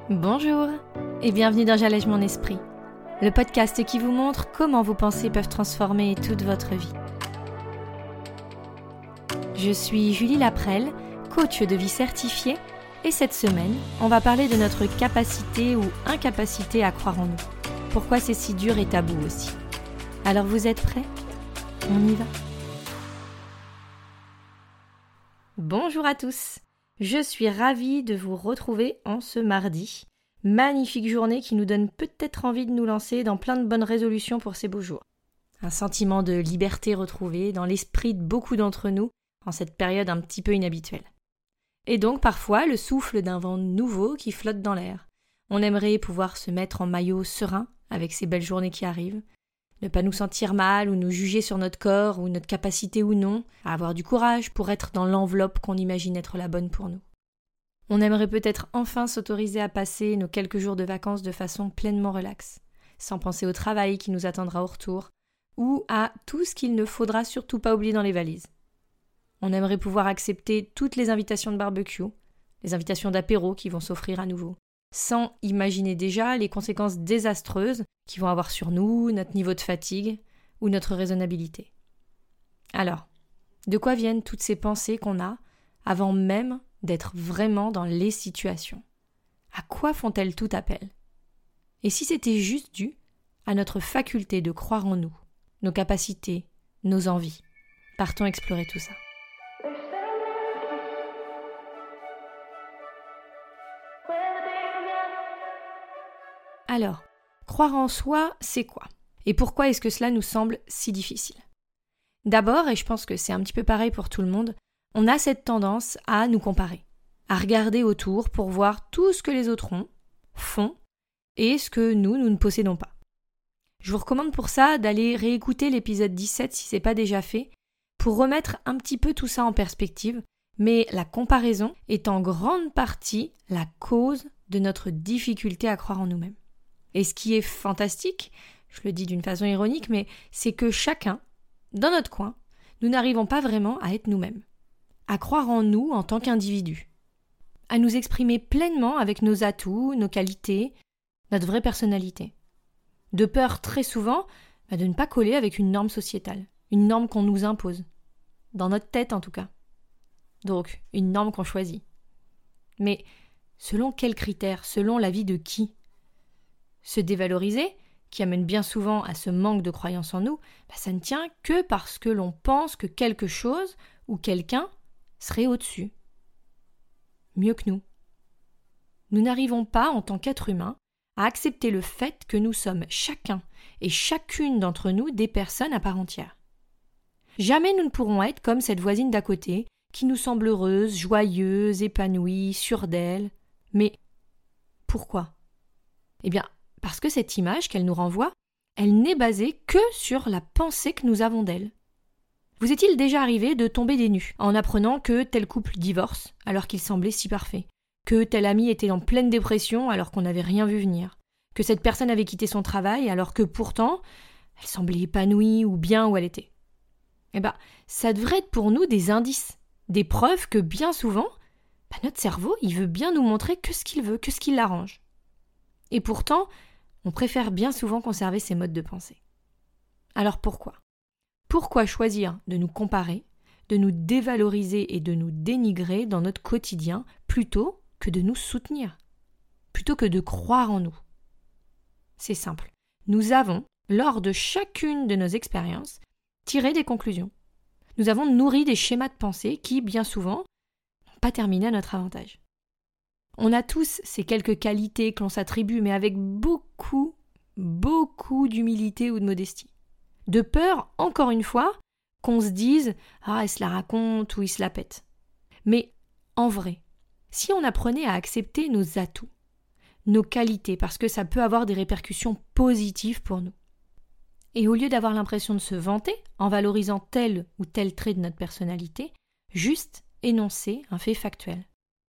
Bonjour et bienvenue dans J'allège mon esprit, le podcast qui vous montre comment vos pensées peuvent transformer toute votre vie. Je suis Julie Laprelle, coach de vie certifiée, et cette semaine, on va parler de notre capacité ou incapacité à croire en nous. Pourquoi c'est si dur et tabou aussi. Alors vous êtes prêts ? On y va ? Bonjour à tous. Je suis ravie de vous retrouver en ce mardi. Magnifique journée qui nous donne peut-être envie de nous lancer dans plein de bonnes résolutions pour ces beaux jours. Un sentiment de liberté retrouvé dans l'esprit de beaucoup d'entre nous en cette période un petit peu inhabituelle. Et donc parfois le souffle d'un vent nouveau qui flotte dans l'air. On aimerait pouvoir se mettre en maillot serein avec ces belles journées qui arrivent, ne pas nous sentir mal ou nous juger sur notre corps ou notre capacité ou non à avoir du courage pour être dans l'enveloppe qu'on imagine être la bonne pour nous. On aimerait peut-être enfin s'autoriser à passer nos quelques jours de vacances de façon pleinement relaxe, sans penser au travail qui nous attendra au retour ou à tout ce qu'il ne faudra surtout pas oublier dans les valises. On aimerait pouvoir accepter toutes les invitations de barbecue, les invitations d'apéro qui vont s'offrir à nouveau, sans imaginer déjà les conséquences désastreuses qu'ils vont avoir sur nous, notre niveau de fatigue ou notre raisonnabilité. Alors, de quoi viennent toutes ces pensées qu'on a avant même d'être vraiment dans les situations ? À quoi font-elles tout appel ? Et si c'était juste dû à notre faculté de croire en nous, nos capacités, nos envies ? Partons explorer tout ça. Alors, croire en soi, c'est quoi ? Et pourquoi est-ce que cela nous semble si difficile ? D'abord, et je pense que c'est un petit peu pareil pour tout le monde, on a cette tendance à nous comparer, à regarder autour pour voir tout ce que les autres ont, font, et ce que nous ne possédons pas. Je vous recommande pour ça d'aller réécouter l'épisode 17 si ce n'est pas déjà fait, pour remettre un petit peu tout ça en perspective, mais la comparaison est en grande partie la cause de notre difficulté à croire en nous-mêmes. Et ce qui est fantastique, je le dis d'une façon ironique, mais c'est que chacun, dans notre coin, nous n'arrivons pas vraiment à être nous-mêmes, à croire en nous en tant qu'individus, à nous exprimer pleinement avec nos atouts, nos qualités, notre vraie personnalité. De peur très souvent de ne pas coller avec une norme sociétale, une norme qu'on nous impose, dans notre tête en tout cas. Donc, une norme qu'on choisit. Mais selon quels critères, selon l'avis de qui ? Se dévaloriser, qui amène bien souvent à ce manque de croyance en nous, ça ne tient que parce que l'on pense que quelque chose ou quelqu'un serait au-dessus, mieux que nous. Nous n'arrivons pas, en tant qu'être humain, à accepter le fait que nous sommes chacun et chacune d'entre nous des personnes à part entière. Jamais nous ne pourrons être comme cette voisine d'à côté, qui nous semble heureuse, joyeuse, épanouie, sûre d'elle. Mais pourquoi ? Eh bien, parce que cette image qu'elle nous renvoie, elle n'est basée que sur la pensée que nous avons d'elle. Vous est-il déjà arrivé de tomber des nues en apprenant que tel couple divorce alors qu'il semblait si parfait, que tel ami était en pleine dépression alors qu'on n'avait rien vu venir, que cette personne avait quitté son travail alors que pourtant elle semblait épanouie ou bien où elle était ? Eh bien, ça devrait être pour nous des indices, des preuves que bien souvent, notre cerveau il veut bien nous montrer que ce qu'il veut, que ce qui l'arrange. Et pourtant, on préfère bien souvent conserver ces modes de pensée. Alors pourquoi ? Pourquoi choisir de nous comparer, de nous dévaloriser et de nous dénigrer dans notre quotidien plutôt que de nous soutenir, plutôt que de croire en nous ? C'est simple. Nous avons, lors de chacune de nos expériences, tiré des conclusions. Nous avons nourri des schémas de pensée qui, bien souvent, n'ont pas terminé à notre avantage. On a tous ces quelques qualités que l'on s'attribue, mais avec beaucoup d'humilité ou de modestie. De peur, encore une fois, qu'on se dise « Ah, elle se la raconte » ou « il se la pète ». Mais en vrai, si on apprenait à accepter nos atouts, nos qualités, parce que ça peut avoir des répercussions positives pour nous, et au lieu d'avoir l'impression de se vanter en valorisant tel ou tel trait de notre personnalité, juste énoncer un fait factuel.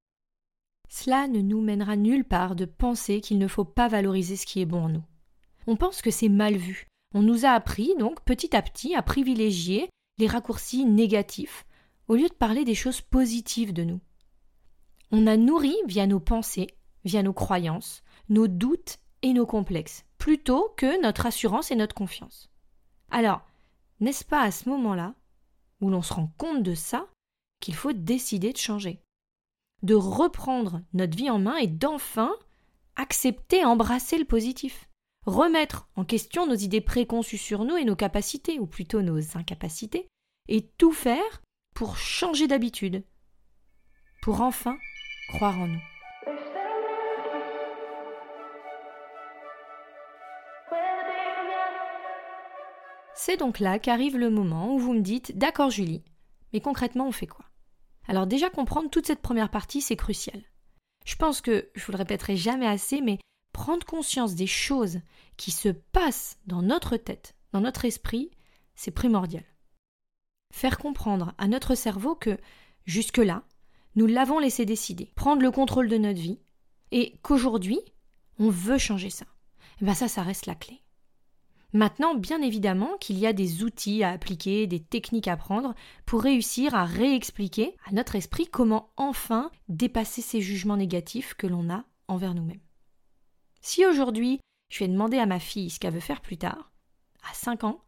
Cela ne nous mènera nulle part de penser qu'il ne faut pas valoriser ce qui est bon en nous. On pense que c'est mal vu. On nous a appris, donc, petit à petit, à privilégier les raccourcis négatifs au lieu de parler des choses positives de nous. On a nourri, via nos pensées, via nos croyances, nos doutes et nos complexes, plutôt que notre assurance et notre confiance. Alors, n'est-ce pas à ce moment-là, où l'on se rend compte de ça, qu'il faut décider de changer, de reprendre notre vie en main et d'enfin accepter, embrasser le positif, remettre en question nos idées préconçues sur nous et nos capacités, ou plutôt nos incapacités, et tout faire pour changer d'habitude, pour enfin croire en nous. C'est donc là qu'arrive le moment où vous me dites « D'accord Julie, mais concrètement on fait quoi ?» Alors déjà comprendre toute cette première partie, c'est crucial. Je pense que, je vous le répéterai jamais assez, mais prendre conscience des choses qui se passent dans notre tête, dans notre esprit, c'est primordial. Faire comprendre à notre cerveau que, jusque-là, nous l'avons laissé décider, prendre le contrôle de notre vie, et qu'aujourd'hui, on veut changer ça. Et bien ça reste la clé. Maintenant, bien évidemment qu'il y a des outils à appliquer, des techniques à prendre pour réussir à réexpliquer à notre esprit comment enfin dépasser ces jugements négatifs que l'on a envers nous-mêmes. Si aujourd'hui, je vais demander à ma fille ce qu'elle veut faire plus tard, à 5 ans,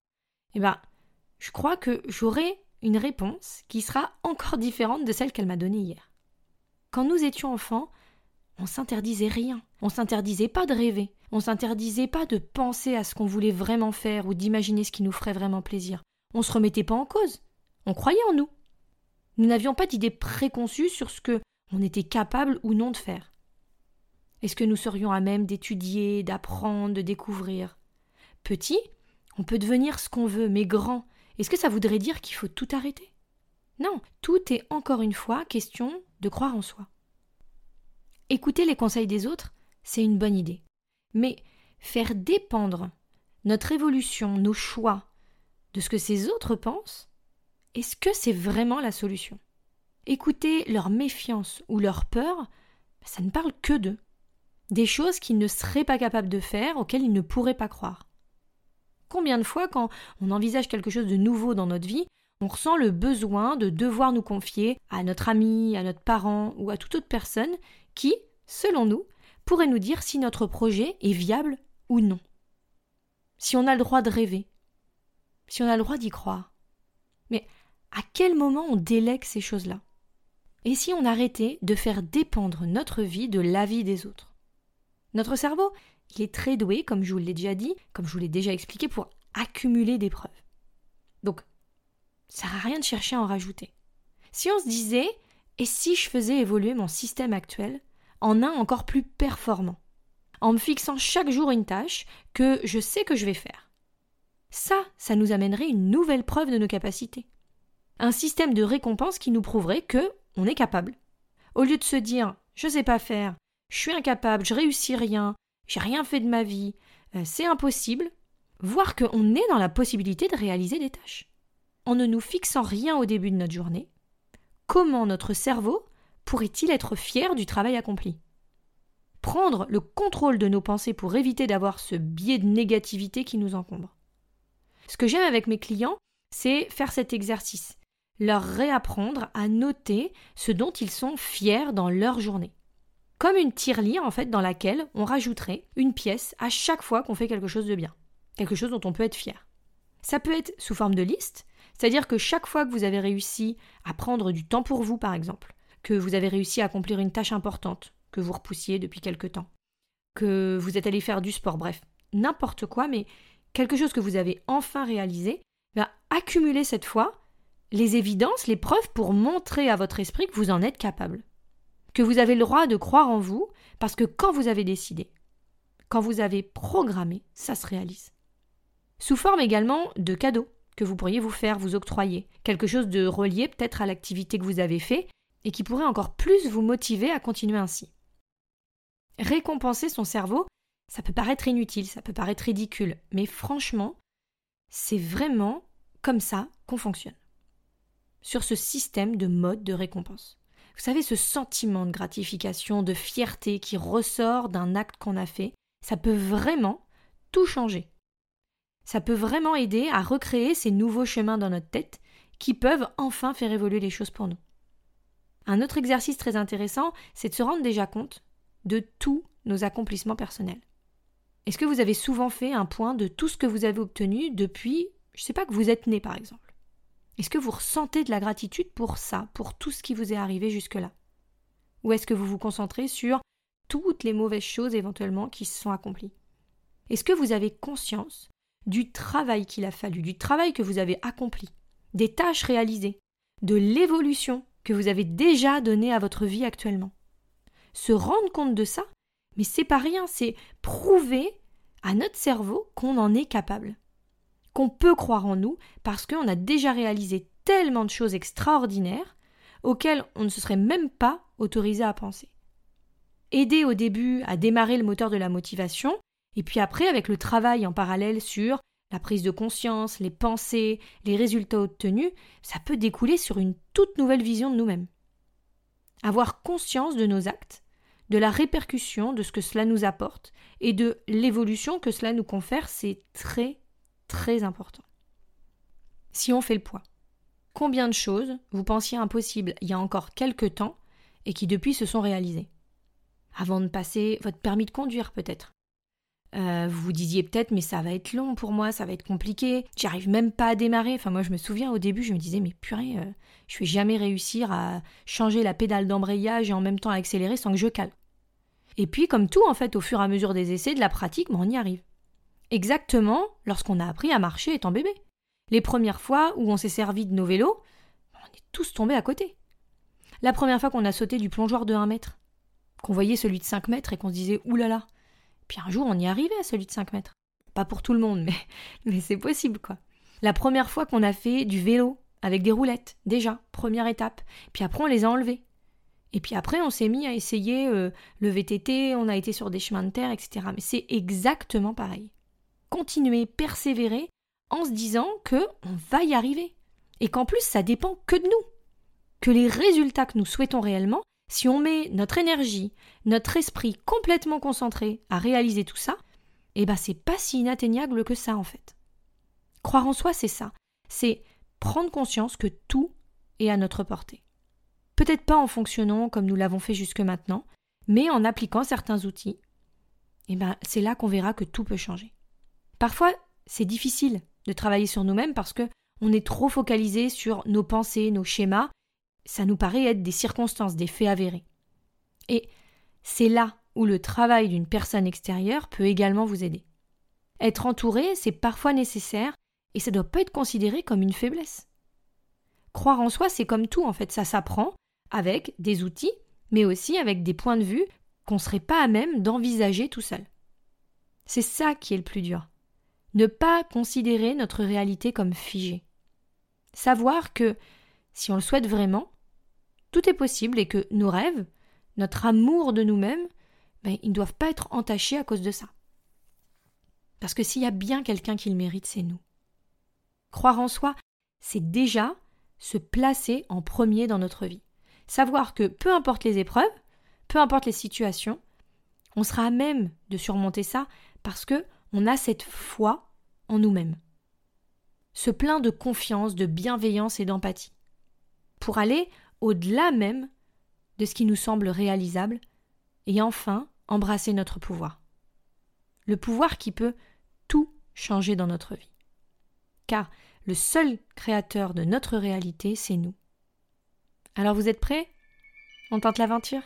je crois que j'aurai une réponse qui sera encore différente de celle qu'elle m'a donnée hier. Quand nous étions enfants, on s'interdisait rien. On s'interdisait pas de rêver. On s'interdisait pas de penser à ce qu'on voulait vraiment faire ou d'imaginer ce qui nous ferait vraiment plaisir. On se remettait pas en cause. On croyait en nous. Nous n'avions pas d'idées préconçues sur ce que on était capable ou non de faire. Est-ce que nous serions à même d'étudier, d'apprendre, de découvrir ? Petit, on peut devenir ce qu'on veut, mais grand, est-ce que ça voudrait dire qu'il faut tout arrêter ? Non, tout est encore une fois question de croire en soi. Écouter les conseils des autres, c'est une bonne idée. Mais faire dépendre notre évolution, nos choix, de ce que ces autres pensent, est-ce que c'est vraiment la solution ? Écouter leur méfiance ou leur peur, ça ne parle que d'eux. Des choses qu'ils ne seraient pas capables de faire, auxquelles ils ne pourraient pas croire. Combien de fois, quand on envisage quelque chose de nouveau dans notre vie, on ressent le besoin de devoir nous confier à notre ami, à notre parent ou à toute autre personne qui, selon nous, pourrait nous dire si notre projet est viable ou non. Si on a le droit de rêver, si on a le droit d'y croire. Mais à quel moment on délègue ces choses-là ? Et si on arrêtait de faire dépendre notre vie de l'avis des autres ? Notre cerveau, il est très doué, comme je vous l'ai déjà dit, comme je vous l'ai déjà expliqué, pour accumuler des preuves. Donc, ça ne sert à rien de chercher à en rajouter. Si on se disait, et si je faisais évoluer mon système actuel en un encore plus performant, en me fixant chaque jour une tâche que je sais que je vais faire. Ça nous amènerait une nouvelle preuve de nos capacités. Un système de récompense qui nous prouverait que on est capable. Au lieu de se dire « je sais pas faire, je suis incapable, je réussis rien, j'ai rien fait de ma vie, c'est impossible », voir qu'on est dans la possibilité de réaliser des tâches. En ne nous fixant rien au début de notre journée, comment notre cerveau pourrait-il être fier du travail accompli ? Prendre le contrôle de nos pensées pour éviter d'avoir ce biais de négativité qui nous encombre. Ce que j'aime avec mes clients, c'est faire cet exercice, leur réapprendre à noter ce dont ils sont fiers dans leur journée. Comme une tirelire en fait dans laquelle on rajouterait une pièce à chaque fois qu'on fait quelque chose de bien, quelque chose dont on peut être fier. Ça peut être sous forme de liste, c'est-à-dire que chaque fois que vous avez réussi à prendre du temps pour vous par exemple, que vous avez réussi à accomplir une tâche importante que vous repoussiez depuis quelque temps, que vous êtes allé faire du sport, bref, n'importe quoi, mais quelque chose que vous avez enfin réalisé, accumulez cette fois les évidences, les preuves pour montrer à votre esprit que vous en êtes capable. Que vous avez le droit de croire en vous, parce que quand vous avez décidé, quand vous avez programmé, ça se réalise. Sous forme également de cadeaux que vous pourriez vous faire, vous octroyer. Quelque chose de relié peut-être à l'activité que vous avez fait et qui pourrait encore plus vous motiver à continuer ainsi. Récompenser son cerveau, ça peut paraître inutile, ça peut paraître ridicule, mais franchement, c'est vraiment comme ça qu'on fonctionne. Sur ce système de mode de récompense. Vous savez, ce sentiment de gratification, de fierté qui ressort d'un acte qu'on a fait, ça peut vraiment tout changer. Ça peut vraiment aider à recréer ces nouveaux chemins dans notre tête qui peuvent enfin faire évoluer les choses pour nous. Un autre exercice très intéressant, c'est de se rendre déjà compte de tous nos accomplissements personnels. Est-ce que vous avez souvent fait un point de tout ce que vous avez obtenu depuis, je ne sais pas, que vous êtes né par exemple? Est-ce que vous ressentez de la gratitude pour ça, pour tout ce qui vous est arrivé jusque-là? Ou est-ce que vous vous concentrez sur toutes les mauvaises choses éventuellement qui se sont accomplies? Est-ce que vous avez conscience du travail qu'il a fallu, du travail que vous avez accompli, des tâches réalisées, de l'évolution que vous avez déjà donnée à votre vie actuellement? Se rendre compte de ça, mais c'est pas rien, c'est prouver à notre cerveau qu'on en est capable, qu'on peut croire en nous parce qu'on a déjà réalisé tellement de choses extraordinaires auxquelles on ne se serait même pas autorisé à penser. Aider au début à démarrer le moteur de la motivation, et puis après avec le travail en parallèle sur la prise de conscience, les pensées, les résultats obtenus, ça peut découler sur une toute nouvelle vision de nous-mêmes. Avoir conscience de nos actes, de la répercussion de ce que cela nous apporte et de l'évolution que cela nous confère, c'est très, très important. Si on fait le poids, combien de choses vous pensiez impossibles il y a encore quelques temps et qui depuis se sont réalisées? Avant de passer votre permis de conduire peut-être. Vous vous disiez peut-être mais ça va être long pour moi, ça va être compliqué, j'arrive même pas à démarrer. Enfin moi je me souviens au début je me disais mais purée, je vais jamais réussir à changer la pédale d'embrayage et en même temps à accélérer sans que je cale. Et puis comme tout en fait au fur et à mesure des essais, de la pratique, on y arrive. Exactement lorsqu'on a appris à marcher étant bébé. Les premières fois où on s'est servi de nos vélos, on est tous tombés à côté. La première fois qu'on a sauté du plongeoir de 1 mètre, qu'on voyait celui de 5 mètres et qu'on se disait oulala. Puis un jour, on y arrivait à celui de 5 mètres. Pas pour tout le monde, mais c'est possible, quoi. La première fois qu'on a fait du vélo avec des roulettes, déjà, première étape. Puis après, on les a enlevées. Et puis après, on s'est mis à essayer le VTT, on a été sur des chemins de terre, etc. Mais c'est exactement pareil. Continuer, persévérer, en se disant qu'on va y arriver. Et qu'en plus, ça dépend que de nous. Que les résultats que nous souhaitons réellement, si on met notre énergie, notre esprit complètement concentré à réaliser tout ça, c'est pas si inatteignable que ça en fait. Croire en soi, c'est ça. C'est prendre conscience que tout est à notre portée. Peut-être pas en fonctionnant comme nous l'avons fait jusque maintenant, mais en appliquant certains outils, c'est là qu'on verra que tout peut changer. Parfois, c'est difficile de travailler sur nous-mêmes parce que on est trop focalisé sur nos pensées, nos schémas. Ça nous paraît être des circonstances, des faits avérés. Et c'est là où le travail d'une personne extérieure peut également vous aider. Être entouré, c'est parfois nécessaire et ça ne doit pas être considéré comme une faiblesse. Croire en soi, c'est comme tout en fait, ça s'apprend avec des outils, mais aussi avec des points de vue qu'on ne serait pas à même d'envisager tout seul. C'est ça qui est le plus dur. Ne pas considérer notre réalité comme figée. Savoir que, si on le souhaite vraiment, tout est possible et que nos rêves, notre amour de nous-mêmes, ils ne doivent pas être entachés à cause de ça. Parce que s'il y a bien quelqu'un qui le mérite, c'est nous. Croire en soi, c'est déjà se placer en premier dans notre vie. Savoir que peu importe les épreuves, peu importe les situations, on sera à même de surmonter ça parce que on a cette foi en nous-mêmes. Ce plein de confiance, de bienveillance et d'empathie. Pour aller au-delà même de ce qui nous semble réalisable et enfin embrasser notre pouvoir. Le pouvoir qui peut tout changer dans notre vie. Car le seul créateur de notre réalité, c'est nous. Alors vous êtes prêts? On tente l'aventure?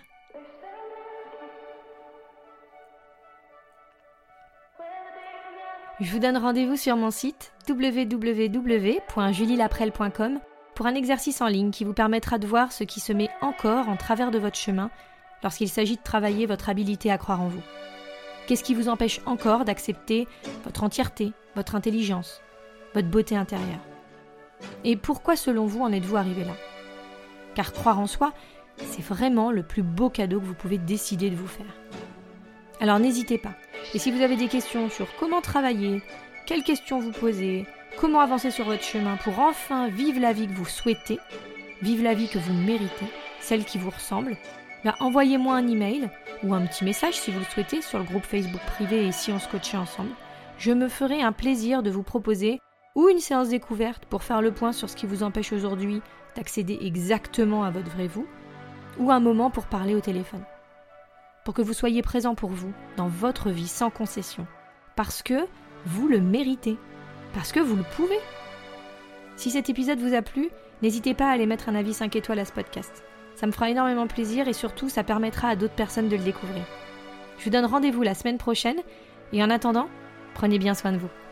Je vous donne rendez-vous sur mon site www.julielaprelle.com pour un exercice en ligne qui vous permettra de voir ce qui se met encore en travers de votre chemin lorsqu'il s'agit de travailler votre habilité à croire en vous. Qu'est-ce qui vous empêche encore d'accepter votre entièreté, votre intelligence, votre beauté intérieure? Et pourquoi, selon vous, en êtes-vous arrivé là? Car croire en soi, c'est vraiment le plus beau cadeau que vous pouvez décider de vous faire. Alors n'hésitez pas. Et si vous avez des questions sur comment travailler, quelles questions vous poser, comment avancer sur votre chemin pour enfin vivre la vie que vous souhaitez, vivre la vie que vous méritez, celle qui vous ressemble, envoyez-moi un email ou un petit message si vous le souhaitez sur le groupe Facebook privé et si on se coachait ensemble. Je me ferai un plaisir de vous proposer ou une séance découverte pour faire le point sur ce qui vous empêche aujourd'hui d'accéder exactement à votre vrai vous, ou un moment pour parler au téléphone. pour que vous soyez présent pour vous, dans votre vie sans concession. Parce que vous le méritez. Parce que vous le pouvez. Si cet épisode vous a plu, n'hésitez pas à aller mettre un avis 5 étoiles à ce podcast. Ça me fera énormément plaisir et surtout, ça permettra à d'autres personnes de le découvrir. Je vous donne rendez-vous la semaine prochaine et en attendant, prenez bien soin de vous.